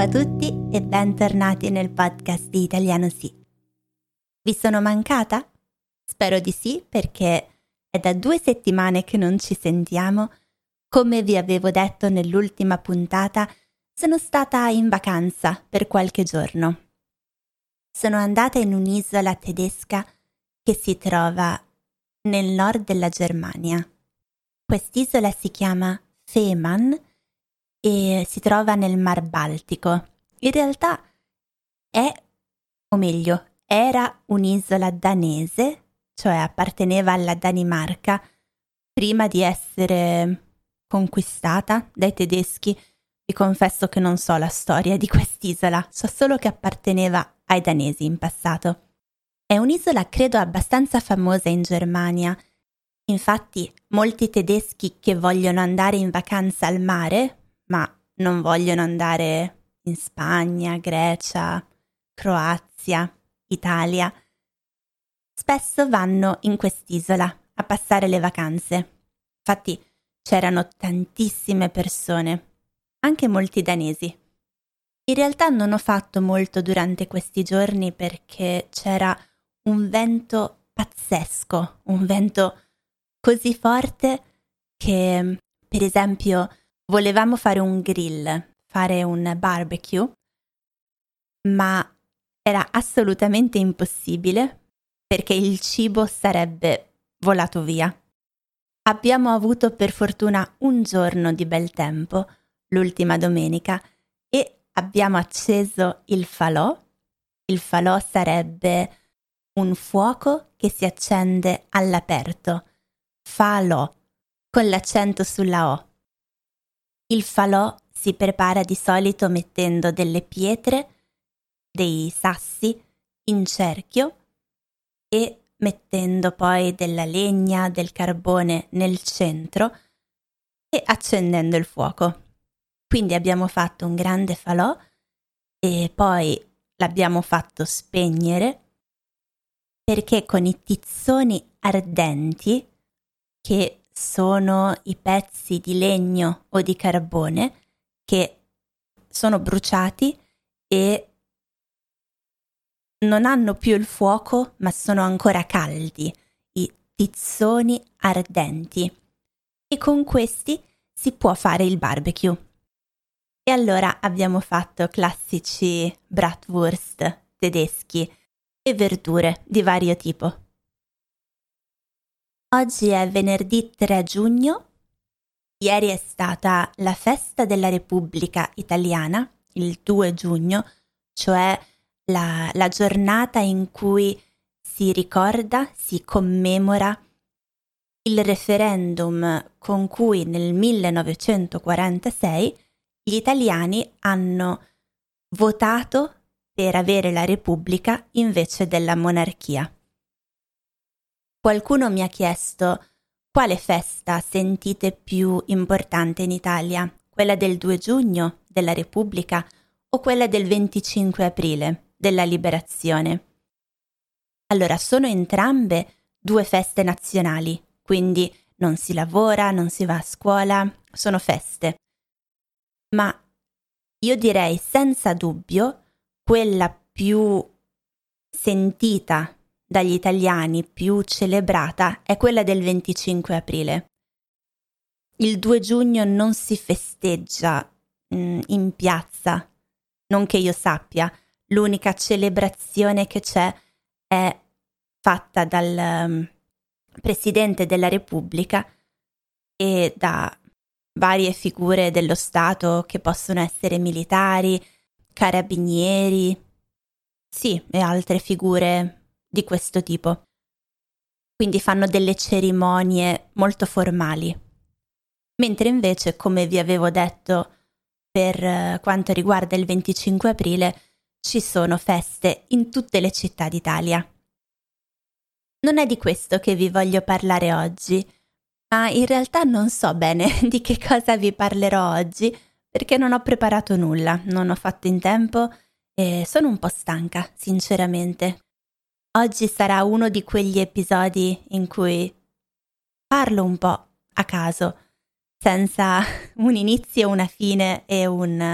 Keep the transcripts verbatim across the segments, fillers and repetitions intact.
a tutti e bentornati nel podcast di Italiano Sì. Vi sono mancata? Spero di sì, perché è da due settimane che non ci sentiamo. Come vi avevo detto nell'ultima puntata, sono stata in vacanza per qualche giorno. Sono andata in un'isola tedesca che si trova nel nord della Germania. Quest'isola si chiama Fehmarn e si trova nel Mar Baltico. In realtà è, o meglio, era un'isola danese, cioè apparteneva alla Danimarca, prima di essere conquistata dai tedeschi. Vi confesso che non so la storia di quest'isola, so solo che apparteneva ai danesi in passato. È un'isola credo abbastanza famosa in Germania. Infatti molti tedeschi che vogliono andare in vacanza al mare, ma non vogliono andare in Spagna, Grecia, Croazia, Italia, spesso vanno in quest'isola a passare le vacanze. Infatti c'erano tantissime persone, anche molti danesi. In realtà non ho fatto molto durante questi giorni perché c'era un vento pazzesco, un vento così forte che, per esempio, volevamo fare un grill, fare un barbecue, ma era assolutamente impossibile perché il cibo sarebbe volato via. Abbiamo avuto per fortuna un giorno di bel tempo, l'ultima domenica, e abbiamo acceso il falò. Il falò sarebbe un fuoco che si accende all'aperto, falò, con l'accento sulla O. Il falò si prepara di solito mettendo delle pietre, dei sassi in cerchio e mettendo poi della legna, del carbone nel centro e accendendo il fuoco. Quindi abbiamo fatto un grande falò e poi l'abbiamo fatto spegnere perché con i tizzoni ardenti, che sono i pezzi di legno o di carbone che sono bruciati e non hanno più il fuoco ma sono ancora caldi, i tizzoni ardenti, e con questi si può fare il barbecue. E allora abbiamo fatto classici bratwurst tedeschi e verdure di vario tipo. Oggi è venerdì tre giugno. Ieri è stata la festa della Repubblica Italiana, il due giugno, cioè la, la giornata in cui si ricorda, si commemora il referendum con cui nel millenovecentoquarantasei gli italiani hanno votato per avere la Repubblica invece della monarchia. Qualcuno mi ha chiesto quale festa sentite più importante in Italia, quella del due giugno, della Repubblica, o quella del venticinque aprile, della Liberazione? Allora, sono entrambe due feste nazionali, quindi non si lavora, non si va a scuola, sono feste. Ma io direi senza dubbio quella più sentita dagli italiani, più celebrata, è quella del venticinque aprile. Il due giugno non si festeggia mh, in piazza, non che io sappia. L'unica celebrazione che c'è è fatta dal um, Presidente della Repubblica e da varie figure dello Stato che possono essere militari, carabinieri, sì, e altre figure di questo tipo. Quindi fanno delle cerimonie molto formali. Mentre invece, come vi avevo detto, per quanto riguarda il venticinque aprile, ci sono feste in tutte le città d'Italia. Non è di questo che vi voglio parlare oggi, ma in realtà non so bene di che cosa vi parlerò oggi, perché non ho preparato nulla, non ho fatto in tempo e sono un po' stanca, sinceramente. Oggi sarà uno di quegli episodi in cui parlo un po' a caso, senza un inizio, una fine e un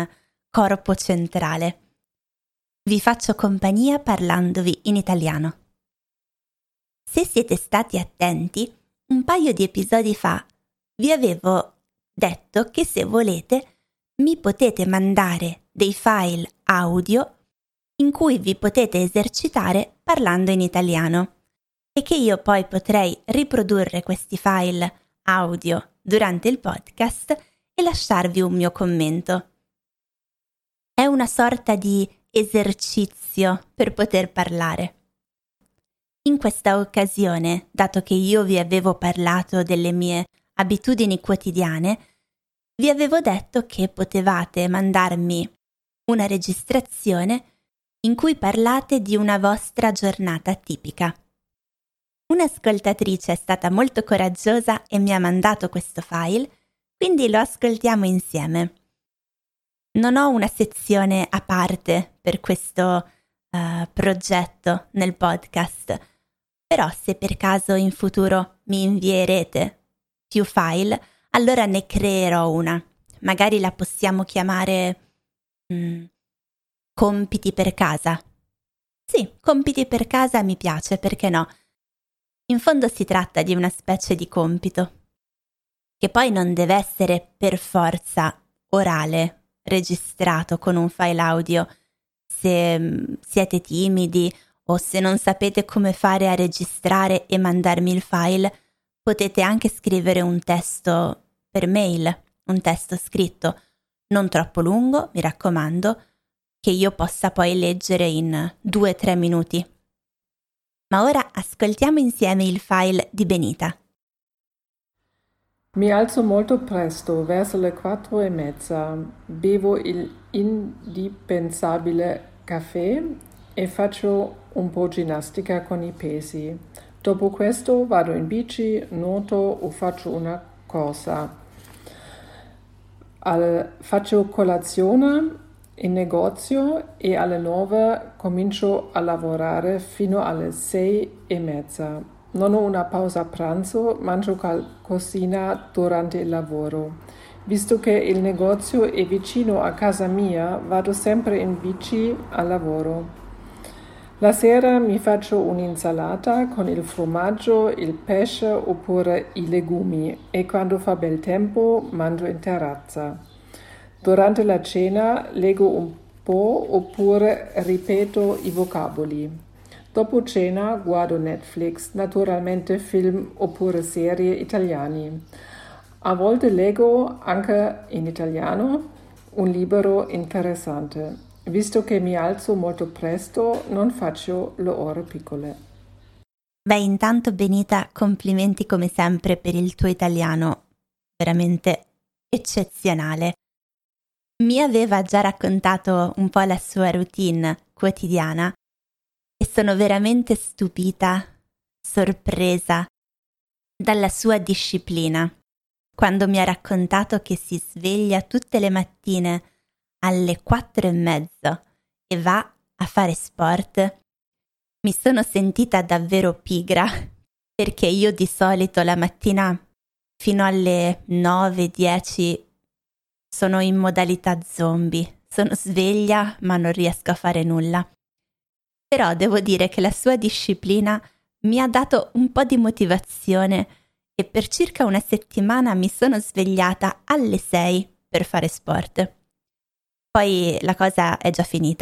corpo centrale. Vi faccio compagnia parlandovi in italiano. Se siete stati attenti, un paio di episodi fa vi avevo detto che se volete mi potete mandare dei file audio in cui vi potete esercitare parlando in italiano e che io poi potrei riprodurre questi file audio durante il podcast e lasciarvi un mio commento. È una sorta di esercizio per poter parlare. In questa occasione, dato che io vi avevo parlato delle mie abitudini quotidiane, vi avevo detto che potevate mandarmi una registrazione in cui parlate di una vostra giornata tipica. Un'ascoltatrice è stata molto coraggiosa e mi ha mandato questo file, quindi lo ascoltiamo insieme. Non ho una sezione a parte per questo uh, progetto nel podcast, però se per caso in futuro mi invierete più file, allora ne creerò una. Magari la possiamo chiamare mm, compiti per casa. Sì, compiti per casa mi piace, perché no? In fondo si tratta di una specie di compito, che poi non deve essere per forza orale, registrato con un file audio. Se mm, siete timidi o se non sapete come fare a registrare e mandarmi il file, potete anche scrivere un testo per mail, un testo scritto, non troppo lungo, mi raccomando, che io possa poi leggere in due o tre minuti. Ma ora ascoltiamo insieme il file di Benita. Mi alzo molto presto, verso le quattro e mezza, bevo il indispensabile caffè e faccio un po' ginnastica con i pesi. Dopo questo vado in bici, nuoto o faccio una corsa. Al, faccio colazione in negozio e alle nove comincio a lavorare fino alle sei e mezza. Non ho una pausa pranzo, mangio qualcosina durante il lavoro. Visto che il negozio è vicino a casa mia, vado sempre in bici al lavoro. La sera mi faccio un'insalata con il formaggio, il pesce oppure i legumi e quando fa bel tempo mangio in terrazza. Durante la cena leggo un po' oppure ripeto i vocaboli. Dopo cena guardo Netflix, naturalmente film oppure serie italiane. A volte leggo anche in italiano un libro interessante. Visto che mi alzo molto presto, non faccio le ore piccole. Beh, intanto Benita, complimenti come sempre per il tuo italiano, veramente eccezionale. Mi aveva già raccontato un po' la sua routine quotidiana e sono veramente stupita, sorpresa dalla sua disciplina quando mi ha raccontato che si sveglia tutte le mattine alle quattro e mezzo e va a fare sport. Mi sono sentita davvero pigra, perché io di solito la mattina fino alle nove dieci sono in modalità zombie, sono sveglia ma non riesco a fare nulla. Però devo dire che la sua disciplina mi ha dato un po' di motivazione e per circa una settimana mi sono svegliata alle sei per fare sport. Poi la cosa è già finita.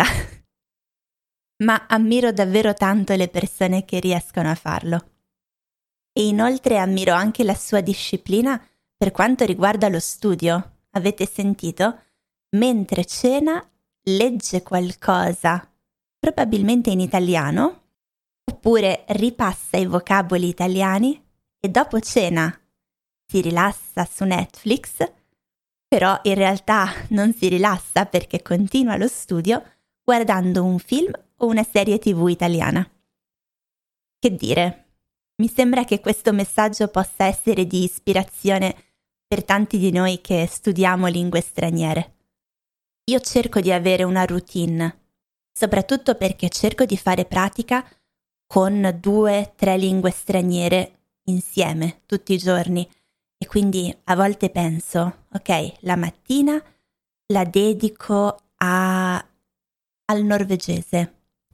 Ma ammiro davvero tanto le persone che riescono a farlo. E inoltre ammiro anche la sua disciplina per quanto riguarda lo studio. Avete sentito? Mentre cena legge qualcosa, probabilmente in italiano, oppure ripassa i vocaboli italiani e dopo cena si rilassa su Netflix, però in realtà non si rilassa perché continua lo studio guardando un film o una serie tivù italiana. Che dire? Mi sembra che questo messaggio possa essere di ispirazione per tanti di noi che studiamo lingue straniere. Io cerco di avere una routine, soprattutto perché cerco di fare pratica con due, tre lingue straniere insieme tutti i giorni e quindi a volte penso, ok, la mattina la dedico a, al norvegese.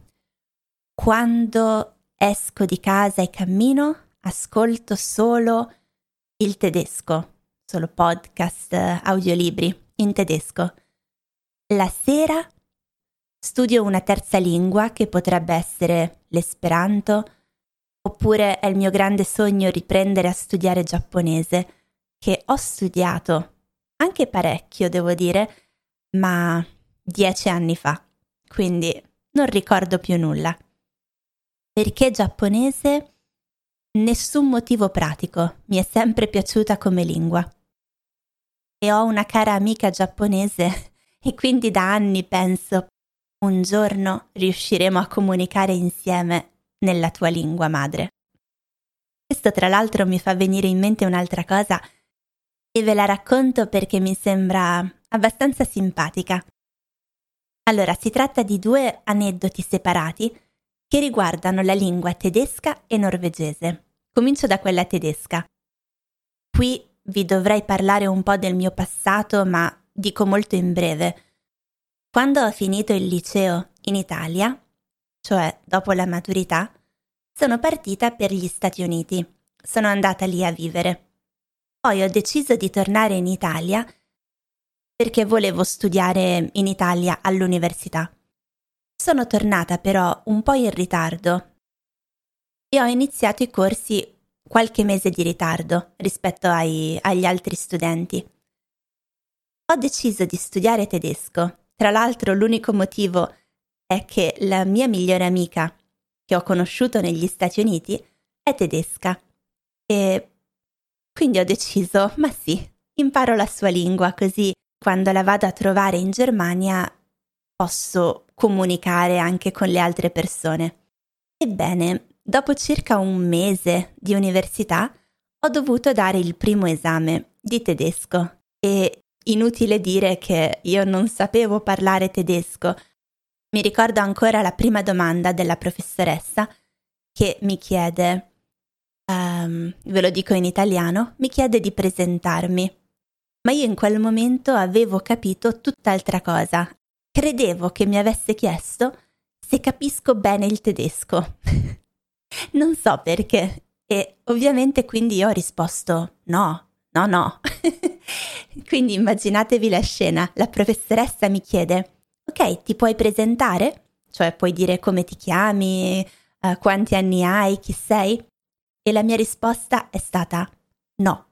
Quando esco di casa e cammino, ascolto solo il tedesco, solo podcast, audiolibri in tedesco. La sera studio una terza lingua che potrebbe essere l'esperanto, oppure è il mio grande sogno riprendere a studiare giapponese, che ho studiato anche parecchio, devo dire, ma dieci anni fa, quindi non ricordo più nulla. Perché giapponese? Nessun motivo pratico, mi è sempre piaciuta come lingua. E ho una cara amica giapponese e quindi da anni penso, un giorno riusciremo a comunicare insieme nella tua lingua madre. Questo tra l'altro mi fa venire in mente un'altra cosa e ve la racconto perché mi sembra abbastanza simpatica. Allora, si tratta di due aneddoti separati che riguardano la lingua tedesca e norvegese. Comincio da quella tedesca. Qui vi dovrei parlare un po' del mio passato, ma dico molto in breve. Quando ho finito il liceo in Italia, cioè dopo la maturità, sono partita per gli Stati Uniti. Sono andata lì a vivere. Poi ho deciso di tornare in Italia perché volevo studiare in Italia all'università. Sono tornata però un po' in ritardo e ho iniziato i corsi qualche mese di ritardo rispetto ai, agli altri studenti. Ho deciso di studiare tedesco. Tra l'altro l'unico motivo è che la mia migliore amica che ho conosciuto negli Stati Uniti è tedesca e quindi ho deciso, ma sì, imparo la sua lingua così quando la vado a trovare in Germania posso comunicare anche con le altre persone. Ebbene, dopo circa un mese di università ho dovuto dare il primo esame di tedesco e inutile dire che io non sapevo parlare tedesco. Mi ricordo ancora la prima domanda della professoressa che mi chiede, um, ve lo dico in italiano, mi chiede di presentarmi. Ma io in quel momento avevo capito tutt'altra cosa. Credevo che mi avesse chiesto se capisco bene il tedesco. Non so perché. E ovviamente quindi io ho risposto no, no, no. Quindi immaginatevi la scena. La professoressa mi chiede, ok, ti puoi presentare? Cioè puoi dire come ti chiami, uh, quanti anni hai, chi sei? E la mia risposta è stata no.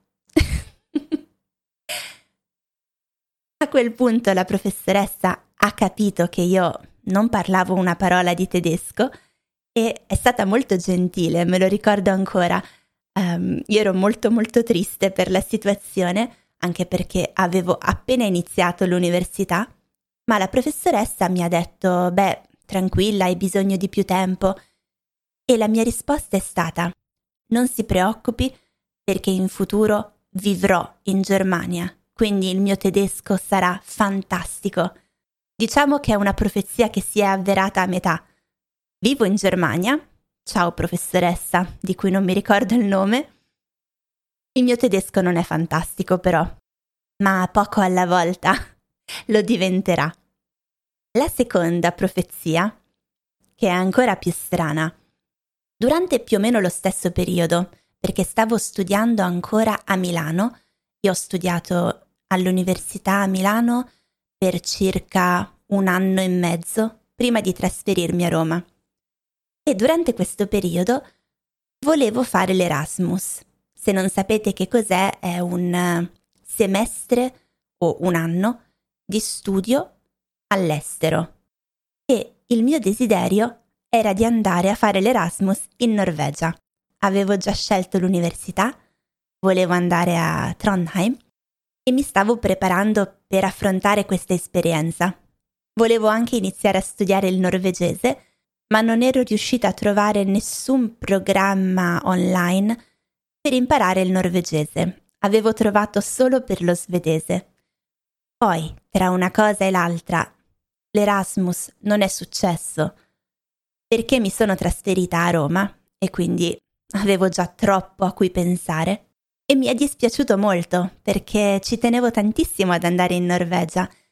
A quel punto la professoressa ha capito che io non parlavo una parola di tedesco e è stata molto gentile, me lo ricordo ancora. Um, io ero molto molto triste per la situazione, anche perché avevo appena iniziato l'università, ma la professoressa mi ha detto, beh, tranquilla, hai bisogno di più tempo. E la mia risposta è stata, non si preoccupi perché in futuro vivrò in Germania. Quindi il mio tedesco sarà fantastico. Diciamo che è una profezia che si è avverata a metà. Vivo in Germania, ciao professoressa, di cui non mi ricordo il nome. Il mio tedesco non è fantastico però, ma poco alla volta lo diventerà. La seconda profezia, che è ancora più strana, durante più o meno lo stesso periodo, perché stavo studiando ancora a Milano, io ho studiato all'università a Milano per circa un anno e mezzo prima di trasferirmi a Roma. E durante questo periodo volevo fare l'Erasmus. Se non sapete che cos'è, è un semestre o un anno di studio all'estero. E il mio desiderio era di andare a fare l'Erasmus in Norvegia. Avevo già scelto l'università, volevo andare a Trondheim e mi stavo preparando per affrontare questa esperienza. Volevo anche iniziare a studiare il norvegese, ma non ero riuscita a trovare nessun programma online per imparare il norvegese. Avevo trovato solo per lo svedese. Poi, tra una cosa e l'altra, l'Erasmus non è successo perché mi sono trasferita a Roma e quindi avevo già troppo a cui pensare. E mi è dispiaciuto molto perché ci tenevo tantissimo ad andare in Norvegia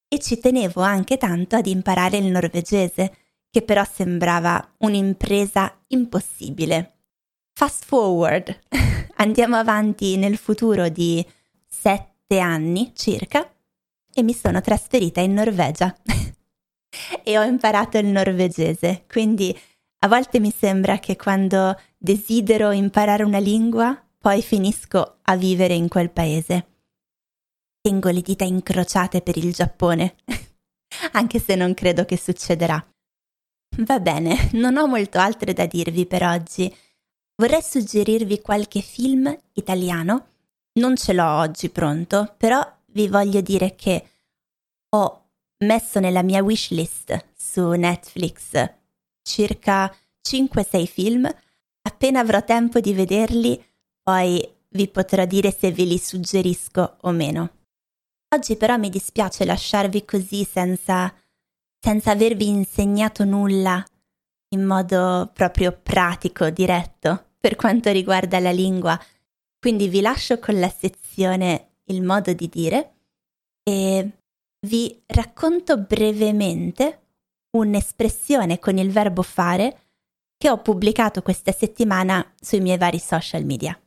e ci tenevo anche tanto ad imparare il norvegese, che però sembrava un'impresa impossibile. Fast forward, andiamo avanti nel futuro di sette anni circa e mi sono trasferita in Norvegia e ho imparato il norvegese, quindi a volte mi sembra che quando desidero imparare una lingua, poi finisco a vivere in quel paese. Tengo le dita incrociate per il Giappone, anche se non credo che succederà. Va bene, non ho molto altro da dirvi per oggi. Vorrei suggerirvi qualche film italiano. Non ce l'ho oggi pronto, però vi voglio dire che ho messo nella mia wishlist su Netflix circa cinque sei film. Appena avrò tempo di vederli, poi vi potrò dire se ve li suggerisco o meno. Oggi però mi dispiace lasciarvi così senza, senza avervi insegnato nulla in modo proprio pratico, diretto, per quanto riguarda la lingua. Quindi vi lascio con la sezione Il modo di dire e vi racconto brevemente un'espressione con il verbo fare che ho pubblicato questa settimana sui miei vari social media.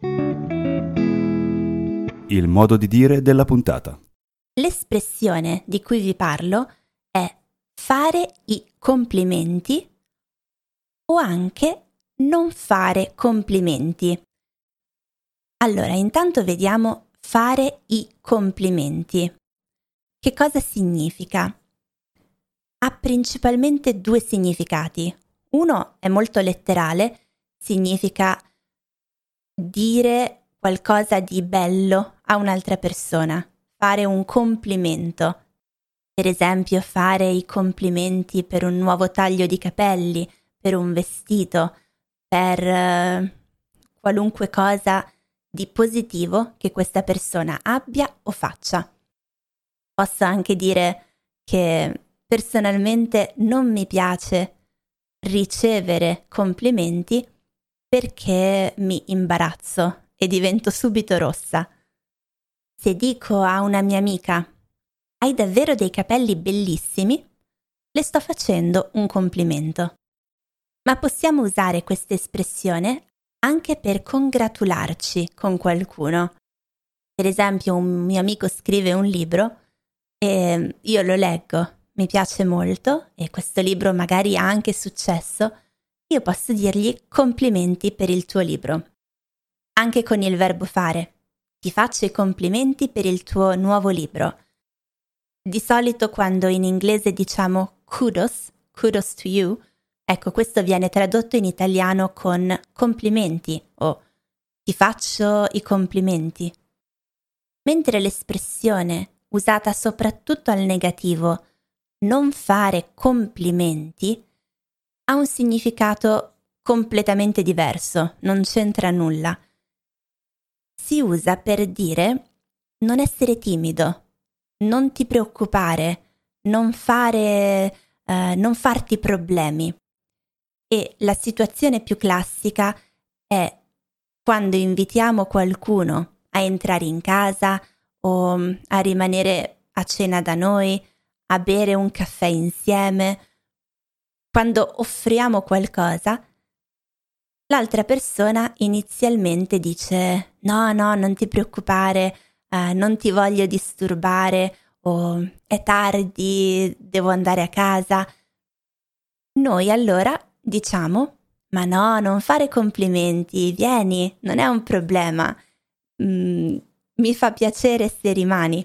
Il modo di dire della puntata. L'espressione di cui vi parlo è fare i complimenti o anche non fare complimenti. Allora, intanto vediamo fare i complimenti. Che cosa significa? Ha principalmente due significati. Uno è molto letterale, significa dire qualcosa di bello a un'altra persona, fare un complimento. Per esempio, fare i complimenti per un nuovo taglio di capelli, per un vestito, per uh, qualunque cosa di positivo che questa persona abbia o faccia. Posso anche dire che personalmente non mi piace ricevere complimenti perché mi imbarazzo e divento subito rossa. Se dico a una mia amica «Hai davvero dei capelli bellissimi», le sto facendo un complimento. Ma possiamo usare questa espressione anche per congratularci con qualcuno. Per esempio, un mio amico scrive un libro e io lo leggo, mi piace molto e questo libro magari ha anche successo, io posso dirgli complimenti per il tuo libro. Anche con il verbo fare. Ti faccio i complimenti per il tuo nuovo libro. Di solito quando in inglese diciamo kudos, kudos to you, ecco, questo viene tradotto in italiano con complimenti o ti faccio i complimenti. Mentre l'espressione usata soprattutto al negativo, non fare complimenti, ha un significato completamente diverso, non c'entra nulla. Si usa per dire non essere timido, non ti preoccupare, non fare, eh, non farti problemi. E la situazione più classica è quando invitiamo qualcuno a entrare in casa o a rimanere a cena da noi, a bere un caffè insieme. Quando offriamo qualcosa, l'altra persona inizialmente dice no, no, non ti preoccupare, eh, non ti voglio disturbare o è tardi, devo andare a casa. Noi allora diciamo ma no, non fare complimenti, vieni, non è un problema, mm, mi fa piacere se rimani.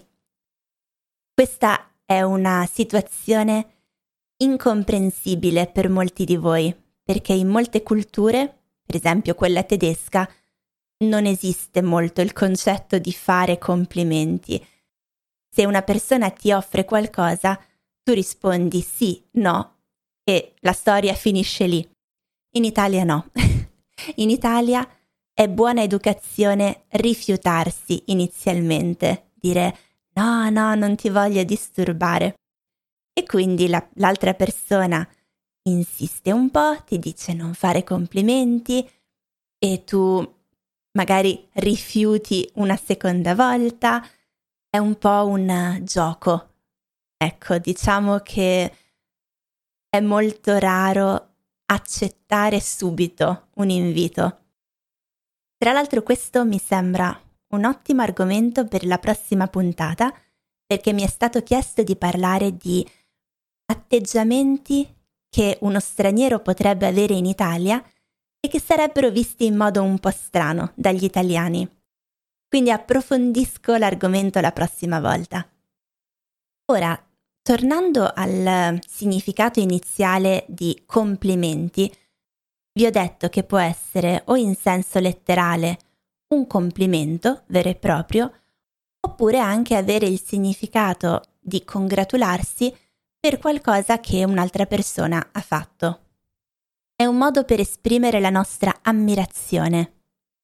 Questa è una situazione incomprensibile per molti di voi, perché in molte culture, per esempio quella tedesca, non esiste molto il concetto di fare complimenti. Se una persona ti offre qualcosa, tu rispondi sì, no, e la storia finisce lì. In Italia no. In Italia è buona educazione rifiutarsi inizialmente, dire no, no, non ti voglio disturbare. E quindi la, l'altra persona insiste un po', ti dice non fare complimenti e tu magari rifiuti una seconda volta. È un po' un gioco ecco, diciamo che è molto raro accettare subito un invito. Tra l'altro questo mi sembra un ottimo argomento per la prossima puntata, perché mi è stato chiesto di parlare di atteggiamenti che uno straniero potrebbe avere in Italia e che sarebbero visti in modo un po' strano dagli italiani. Quindi approfondisco l'argomento la prossima volta. Ora, tornando al significato iniziale di complimenti, vi ho detto che può essere o in senso letterale un complimento vero e proprio, oppure anche avere il significato di congratularsi per qualcosa che un'altra persona ha fatto. È un modo per esprimere la nostra ammirazione.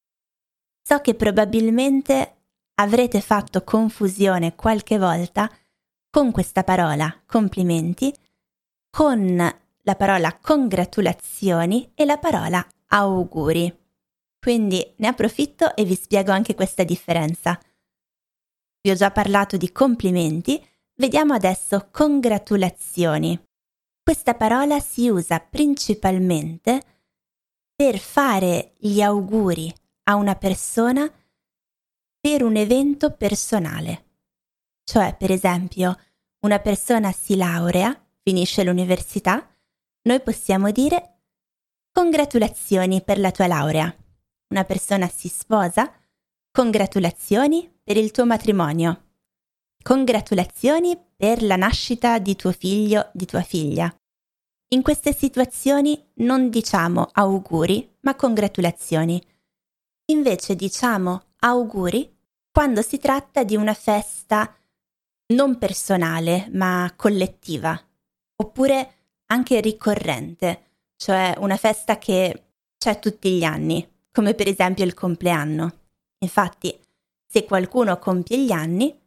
So che probabilmente avrete fatto confusione qualche volta con questa parola complimenti, con la parola congratulazioni e la parola auguri. Quindi ne approfitto e vi spiego anche questa differenza. Vi ho già parlato di complimenti, vediamo adesso congratulazioni. Questa parola si usa principalmente per fare gli auguri a una persona per un evento personale. Cioè, per esempio, una persona si laurea, finisce l'università, noi possiamo dire congratulazioni per la tua laurea. Una persona si sposa, congratulazioni per il tuo matrimonio. Congratulazioni per la nascita di tuo figlio, di tua figlia. In queste situazioni non diciamo auguri, ma congratulazioni. Invece diciamo auguri quando si tratta di una festa non personale, ma collettiva, oppure anche ricorrente, cioè una festa che c'è tutti gli anni, come per esempio il compleanno. Infatti, se qualcuno compie gli anni,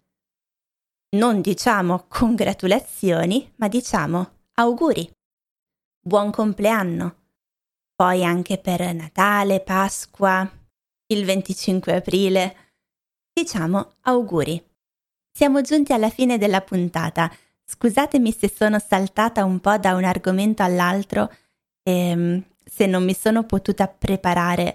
non diciamo congratulazioni, ma diciamo auguri. Buon compleanno. Poi anche per Natale, Pasqua, il venticinque aprile, diciamo auguri. Siamo giunti alla fine della puntata. Scusatemi se sono saltata un po' da un argomento all'altro e se non mi sono potuta preparare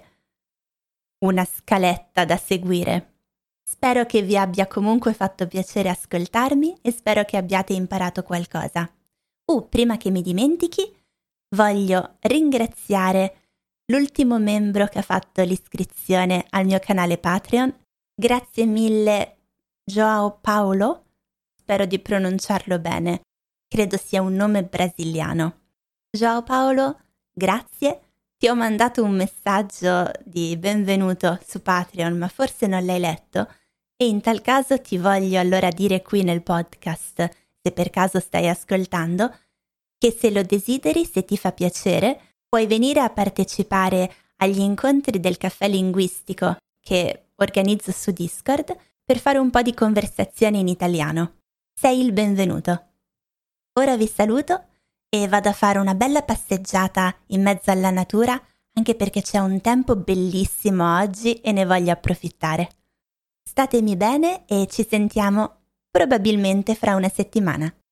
una scaletta da seguire. Spero che vi abbia comunque fatto piacere ascoltarmi e spero che abbiate imparato qualcosa. Uh, prima che mi dimentichi, voglio ringraziare l'ultimo membro che ha fatto l'iscrizione al mio canale Patreon. Grazie mille João Paulo, spero di pronunciarlo bene, credo sia un nome brasiliano. João Paulo, grazie, ti ho mandato un messaggio di benvenuto su Patreon, ma forse non l'hai letto, e in tal caso ti voglio allora dire qui nel podcast, se per caso stai ascoltando, che se lo desideri, se ti fa piacere, puoi venire a partecipare agli incontri del caffè linguistico che organizzo su Discord per fare un po' di conversazione in italiano. Sei il benvenuto. Ora vi saluto e vado a fare una bella passeggiata in mezzo alla natura, anche perché c'è un tempo bellissimo oggi e ne voglio approfittare. Statemi bene e ci sentiamo probabilmente fra una settimana.